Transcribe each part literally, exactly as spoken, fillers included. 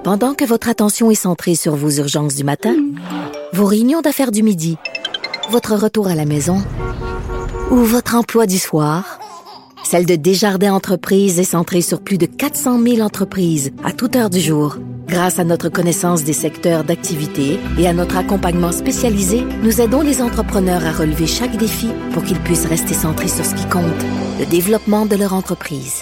Pendant que votre attention est centrée sur vos urgences du matin, vos réunions d'affaires du midi, votre retour à la maison ou votre emploi du soir, celle de Desjardins Entreprises est centrée sur plus de quatre cent mille entreprises à toute heure du jour. Grâce à notre connaissance des secteurs d'activité et à notre accompagnement spécialisé, nous aidons les entrepreneurs à relever chaque défi pour qu'ils puissent rester centrés sur ce qui compte, le développement de leur entreprise.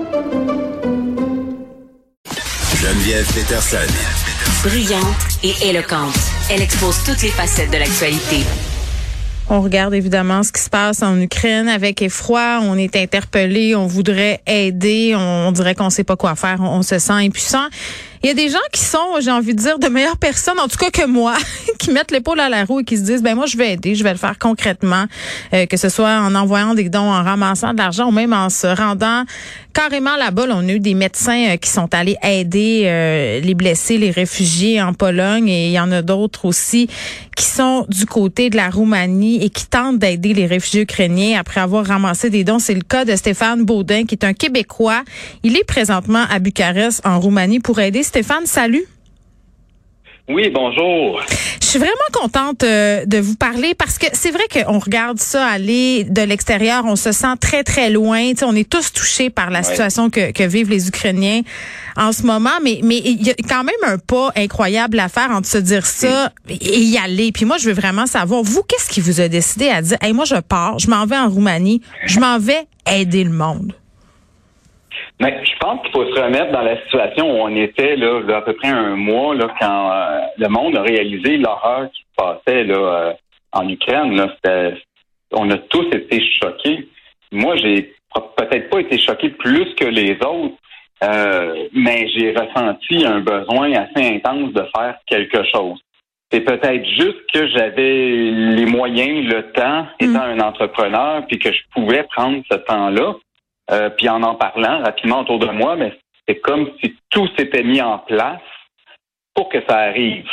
Geneviève Peterson. Brillante et éloquente, elle expose toutes les facettes de l'actualité. On regarde évidemment ce qui se passe en Ukraine avec effroi. On est interpellé, on voudrait aider, on, on dirait qu'on sait pas quoi faire, on, on se sent impuissant. Il y a des gens qui sont, j'ai envie de dire, de meilleures personnes, en tout cas que moi, qui mettent l'épaule à la roue et qui se disent, ben moi je vais aider, je vais le faire concrètement, euh, que ce soit en envoyant des dons, en ramassant de l'argent ou même en se rendant carrément là-bas. Là, on a eu des médecins euh, qui sont allés aider euh, les blessés, les réfugiés en Pologne, et il y en a d'autres aussi qui sont du côté de la Roumanie et qui tentent d'aider les réfugiés ukrainiens après avoir ramassé des dons. C'est le cas de Stéphane Baudin, qui est un Québécois. Il est présentement à Bucarest, en Roumanie, pour aider. Stéphane, salut. Oui, bonjour. Je suis vraiment contente euh, de vous parler parce que c'est vrai qu'on regarde ça aller de l'extérieur, on se sent très, très loin. T'sais, on est tous touchés par la ouais. situation que, que vivent les Ukrainiens en ce moment, mais mais il y a quand même un pas incroyable à faire entre se dire ça oui. et y aller. Puis moi, je veux vraiment savoir, vous, qu'est-ce qui vous a décidé à dire, hey, moi, je pars, je m'en vais en Roumanie, je m'en vais aider le monde? Mais je pense qu'il faut se remettre dans la situation où on était là, là à peu près un mois là, quand euh, le monde a réalisé l'horreur qui se passait là, euh, en Ukraine. Là. C'était, on a tous été choqués. Moi, j'ai peut-être pas été choqué plus que les autres, euh, mais j'ai ressenti un besoin assez intense de faire quelque chose. C'est peut-être juste que j'avais les moyens, le temps, étant mmh. un entrepreneur, puis que je pouvais prendre ce temps-là. Euh, puis en en parlant rapidement autour de moi, mais c'est comme si tout s'était mis en place pour que ça arrive.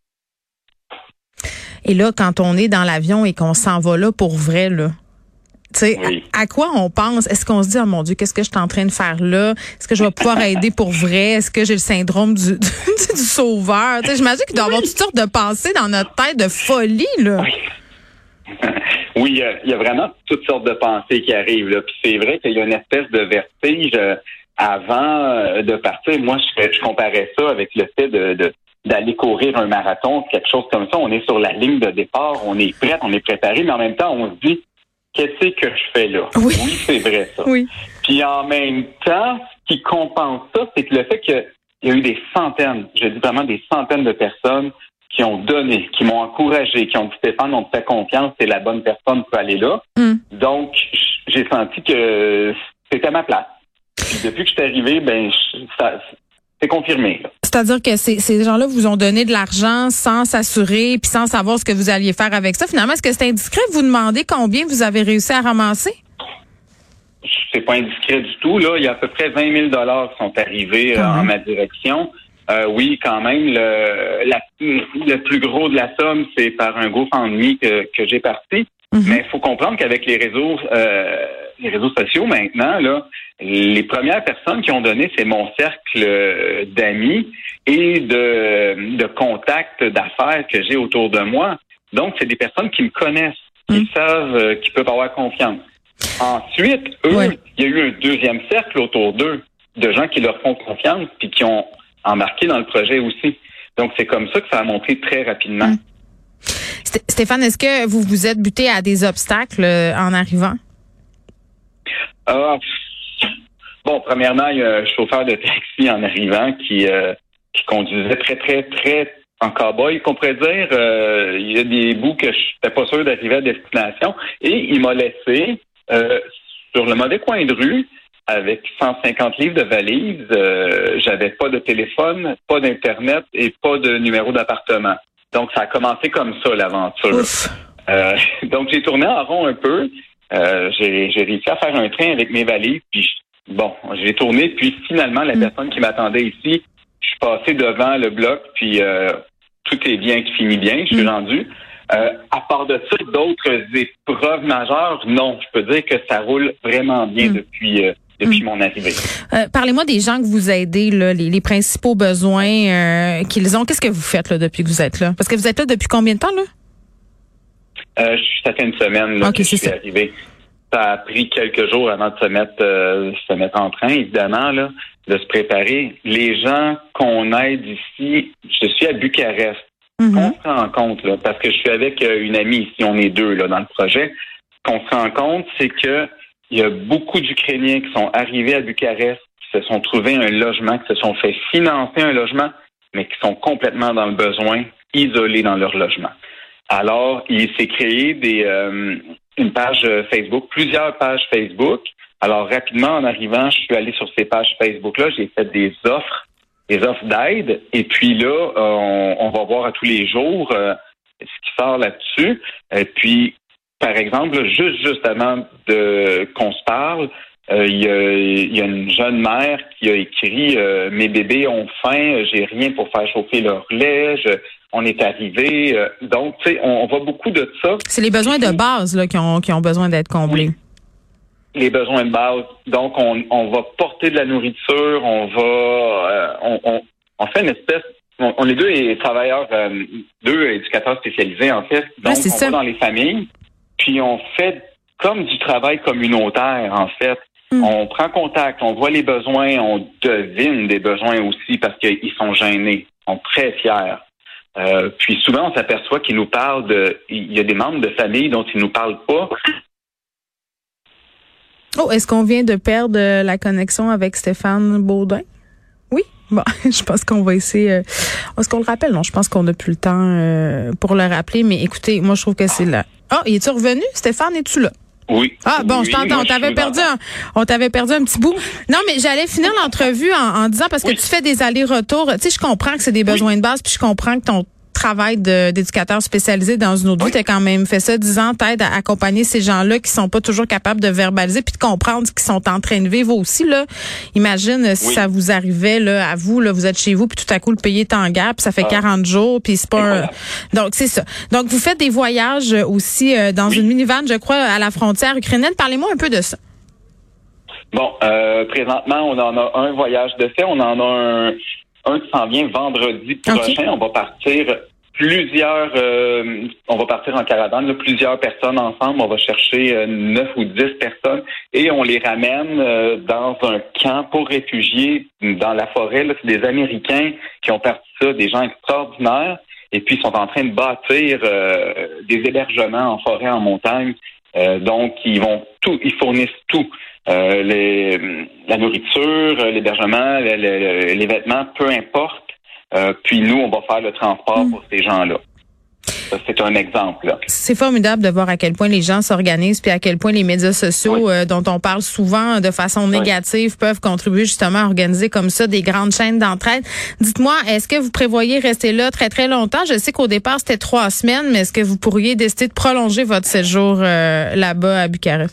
Et là, quand on est dans l'avion et qu'on s'en va là pour vrai, là, tu sais, oui. à, à quoi on pense? Est-ce qu'on se dit, oh mon Dieu, qu'est-ce que je suis en train de faire là? Est-ce que je vais pouvoir aider pour vrai? Est-ce que j'ai le syndrome du, du, du sauveur? Tu sais, j'imagine qu'il doit y avoir toutes sortes de pensées dans notre tête de folie, là. Oui. Oui, il y a vraiment toutes sortes de pensées qui arrivent. Là. Puis c'est vrai qu'il y a une espèce de vertige euh, avant de partir. Moi, je, je comparais ça avec le fait de, de d'aller courir un marathon, quelque chose comme ça. On est sur la ligne de départ, on est prêt, on est préparé, mais en même temps, on se dit, qu'est-ce que je fais là? Oui, oui c'est vrai ça. Oui. Puis en même temps, ce qui compense ça, c'est que le fait qu'il y a eu des centaines, je dis vraiment des centaines de personnes qui ont donné, qui m'ont encouragé, qui ont dit, Stéphane, on te fait confiance, c'est la bonne personne pour aller là. Mm. Donc, j'ai senti que c'était ma place. Puis depuis que je suis arrivé, ben, ça, c'est confirmé. Là. C'est-à-dire que ces, ces gens-là vous ont donné de l'argent sans s'assurer puis sans savoir ce que vous alliez faire avec ça. Finalement, est-ce que c'est indiscret de vous demander combien vous avez réussi à ramasser? C'est pas indiscret du tout. Là, il y a à peu près vingt mille dollars qui sont arrivés euh, en ma direction. Euh, oui, quand même, le, la, le plus gros de la somme, c'est par un GoFundMe que, que j'ai parti. Mm-hmm. Mais il faut comprendre qu'avec les réseaux euh, les réseaux sociaux maintenant, là, les premières personnes qui ont donné, c'est mon cercle d'amis et de, de contacts d'affaires que j'ai autour de moi. Donc, c'est des personnes qui me connaissent, qui mm. savent euh, qu'ils peuvent avoir confiance. Ensuite, eux, ouais. il y a eu un deuxième cercle autour d'eux, de gens qui leur font confiance puis qui ont embarqué dans le projet aussi. Donc, c'est comme ça que ça a monté très rapidement. Mmh. Stéphane, est-ce que vous vous êtes buté à des obstacles euh, en arrivant? Euh, bon, premièrement, il y a un chauffeur de taxi en arrivant qui, euh, qui conduisait très, très, très en cow-boy, qu'on pourrait dire. Euh, il y a des bouts que je n'étais pas sûr d'arriver à destination. Et il m'a laissé euh, sur le mauvais coin de rue, avec cent cinquante livres de valise, euh, j'avais pas de téléphone, pas d'internet et pas de numéro d'appartement. Donc ça a commencé comme ça l'aventure. Euh, donc j'ai tourné en rond un peu. Euh, j'ai, j'ai réussi à faire un train avec mes valises. Puis bon, j'ai tourné. Puis finalement la mm. personne qui m'attendait ici, je suis passé devant le bloc. Puis euh, tout est bien qui finit bien. Je suis mm. rendu. Euh, à part de ça, d'autres épreuves majeures, non. Je peux dire que ça roule vraiment bien mm. depuis. Euh, depuis mmh. mon arrivée. Euh, parlez-moi des gens que vous aidez, là, les, les principaux besoins euh, qu'ils ont. Qu'est-ce que vous faites là depuis que vous êtes là? Parce que vous êtes là depuis combien de temps, là? Euh, ça fait une semaine là, okay, que je suis ça. arrivé. Ça a pris quelques jours avant de se mettre euh, se mettre en train, évidemment, là, de se préparer. Les gens qu'on aide ici, je suis à Bucarest. Mm-hmm. On se rend compte, là, parce que je suis avec euh, une amie ici, on est deux là dans le projet. Ce qu'on se rend compte, c'est que il y a beaucoup d'Ukrainiens qui sont arrivés à Bucarest, qui se sont trouvés un logement, qui se sont fait financer un logement, mais qui sont complètement dans le besoin, isolés dans leur logement. Alors, il s'est créé des euh, une page Facebook, plusieurs pages Facebook. Alors, rapidement, en arrivant, je suis allé sur ces pages Facebook-là, j'ai fait des offres, des offres d'aide. Et puis là, on, on va voir à tous les jours euh, ce qui sort là-dessus. Et puis, par exemple, juste, juste avant de qu'on se parle, euh, il, y a, il y a une jeune mère qui a écrit euh, « Mes bébés ont faim, j'ai rien pour faire chauffer leur lait, je, on est arrivé. Euh, » Donc, tu sais, on, on voit beaucoup de ça. C'est les besoins de base là, qui, ont, qui ont besoin d'être comblés. Oui. Les besoins de base. Donc, on, on va porter de la nourriture, on va... Euh, on, on, on fait une espèce... On, on est deux les travailleurs, euh, deux éducateurs spécialisés, en fait. Donc, oui, on ça. va dans les familles, puis on fait comme du travail communautaire, en fait. Mm. On prend contact, on voit les besoins, on devine des besoins aussi parce qu'ils sont gênés, ils sont très fiers. Euh, puis souvent, on s'aperçoit qu'ils nous parlent de... Il y a des membres de famille dont ils nous parlent pas. Oh, est-ce qu'on vient de perdre la connexion avec Stéphane Baudin? Oui? Bon, je pense qu'on va essayer... Euh, est-ce qu'on le rappelle? Non, je pense qu'on n'a plus le temps euh, pour le rappeler. Mais écoutez, moi, je trouve que c'est là. Ah, oh, es-tu revenu? Stéphane, es-tu là? Oui. Ah bon, oui, je t'entends. On t'avait perdu, un, on t'avait perdu un petit bout. Non, mais j'allais finir l'entrevue en, en disant parce que oui. tu fais des allers-retours. Tu sais, je comprends que c'est des besoins oui. de base, puis je comprends que ton travail de, d'éducateur spécialisé dans une autre vie, oui. tu as quand même fait ça dix ans, t'aides à accompagner ces gens-là qui sont pas toujours capables de verbaliser puis de comprendre ce qu'ils sont en train de vivre aussi là. Imagine oui. si ça vous arrivait là à vous là, vous êtes chez vous puis tout à coup le pays est en guerre puis ça fait ah. quarante jours puis c'est pas un... donc c'est ça. Donc vous faites des voyages aussi euh, dans oui. une minivan, je crois, à la frontière ukrainienne. Parlez-moi un peu de ça. Bon, euh, présentement, on en a un voyage de fait, on en a un Un qui s'en vient vendredi prochain. Okay. On va partir plusieurs... Euh, on va partir en caravane, là, plusieurs personnes ensemble. On va chercher euh, neuf ou dix personnes et on les ramène euh, dans un camp pour réfugiés dans la forêt. Là, c'est des Américains qui ont parti ça, des gens extraordinaires. Et puis, ils sont en train de bâtir euh, des hébergements en forêt, en montagne. Euh, donc, ils vont tout, ils fournissent tout. Euh, les, la nourriture, l'hébergement, les, les, les vêtements, peu importe. Euh, puis nous, on va faire le transport mmh. pour ces gens-là. Ça, c'est un exemple. Là. C'est formidable de voir à quel point les gens s'organisent puis à quel point les médias sociaux, oui. euh, dont on parle souvent de façon négative, oui. peuvent contribuer justement à organiser comme ça des grandes chaînes d'entraide. Dites-moi, est-ce que vous prévoyez rester là très, très longtemps? Je sais qu'au départ, c'était trois semaines, mais est-ce que vous pourriez décider de prolonger votre séjour euh, là-bas à Bucarest?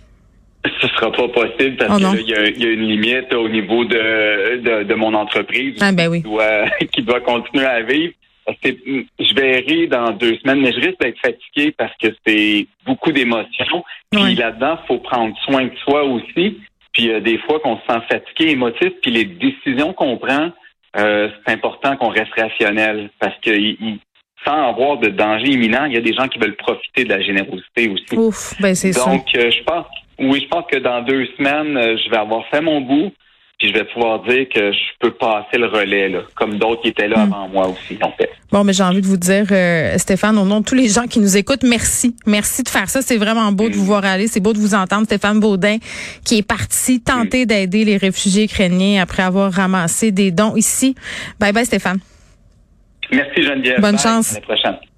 Ce sera pas possible parce oh que il y, y a une limite au niveau de, de, de mon entreprise ah, ben oui. qui, doit, qui doit continuer à vivre. C'est, je verrai dans deux semaines, mais je risque d'être fatigué parce que c'est beaucoup d'émotions. Puis oui. là-dedans, il faut prendre soin de soi aussi. Puis euh, des fois qu'on se sent fatigué, émotif, puis les décisions qu'on prend, euh, c'est important qu'on reste rationnel parce que il, sans avoir de danger imminent, il y a des gens qui veulent profiter de la générosité aussi. Ouf, ben c'est ça. Donc, euh, je pense, oui, je pense que dans deux semaines, euh, je vais avoir fait mon bout. Puis je vais pouvoir dire que je peux passer le relais, là, comme d'autres qui étaient là mmh. avant moi aussi, en fait. Bon, mais j'ai envie de vous dire, euh, Stéphane, au nom de tous les gens qui nous écoutent, merci. Merci de faire ça. C'est vraiment beau mmh. de vous voir aller. C'est beau de vous entendre. Stéphane Baudin, qui est parti tenter mmh. d'aider les réfugiés ukrainiens après avoir ramassé des dons ici. Bye bye, Stéphane. Merci, Geneviève. Bonne bye. chance. À la prochaine.